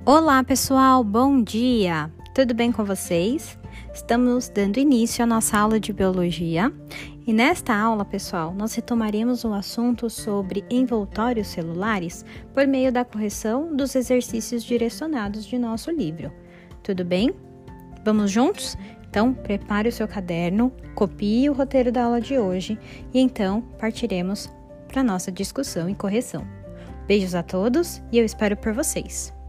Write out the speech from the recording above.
Olá pessoal, bom dia! Tudo bem com vocês? Estamos dando início à nossa aula de biologia e nesta aula, pessoal, nós retomaremos o assunto sobre envoltórios celulares por meio da correção dos exercícios direcionados de nosso livro. Tudo bem? Vamos juntos? Então, prepare o seu caderno, copie o roteiro da aula de hoje e então partiremos para a nossa discussão e correção. Beijos a todos e eu espero por vocês!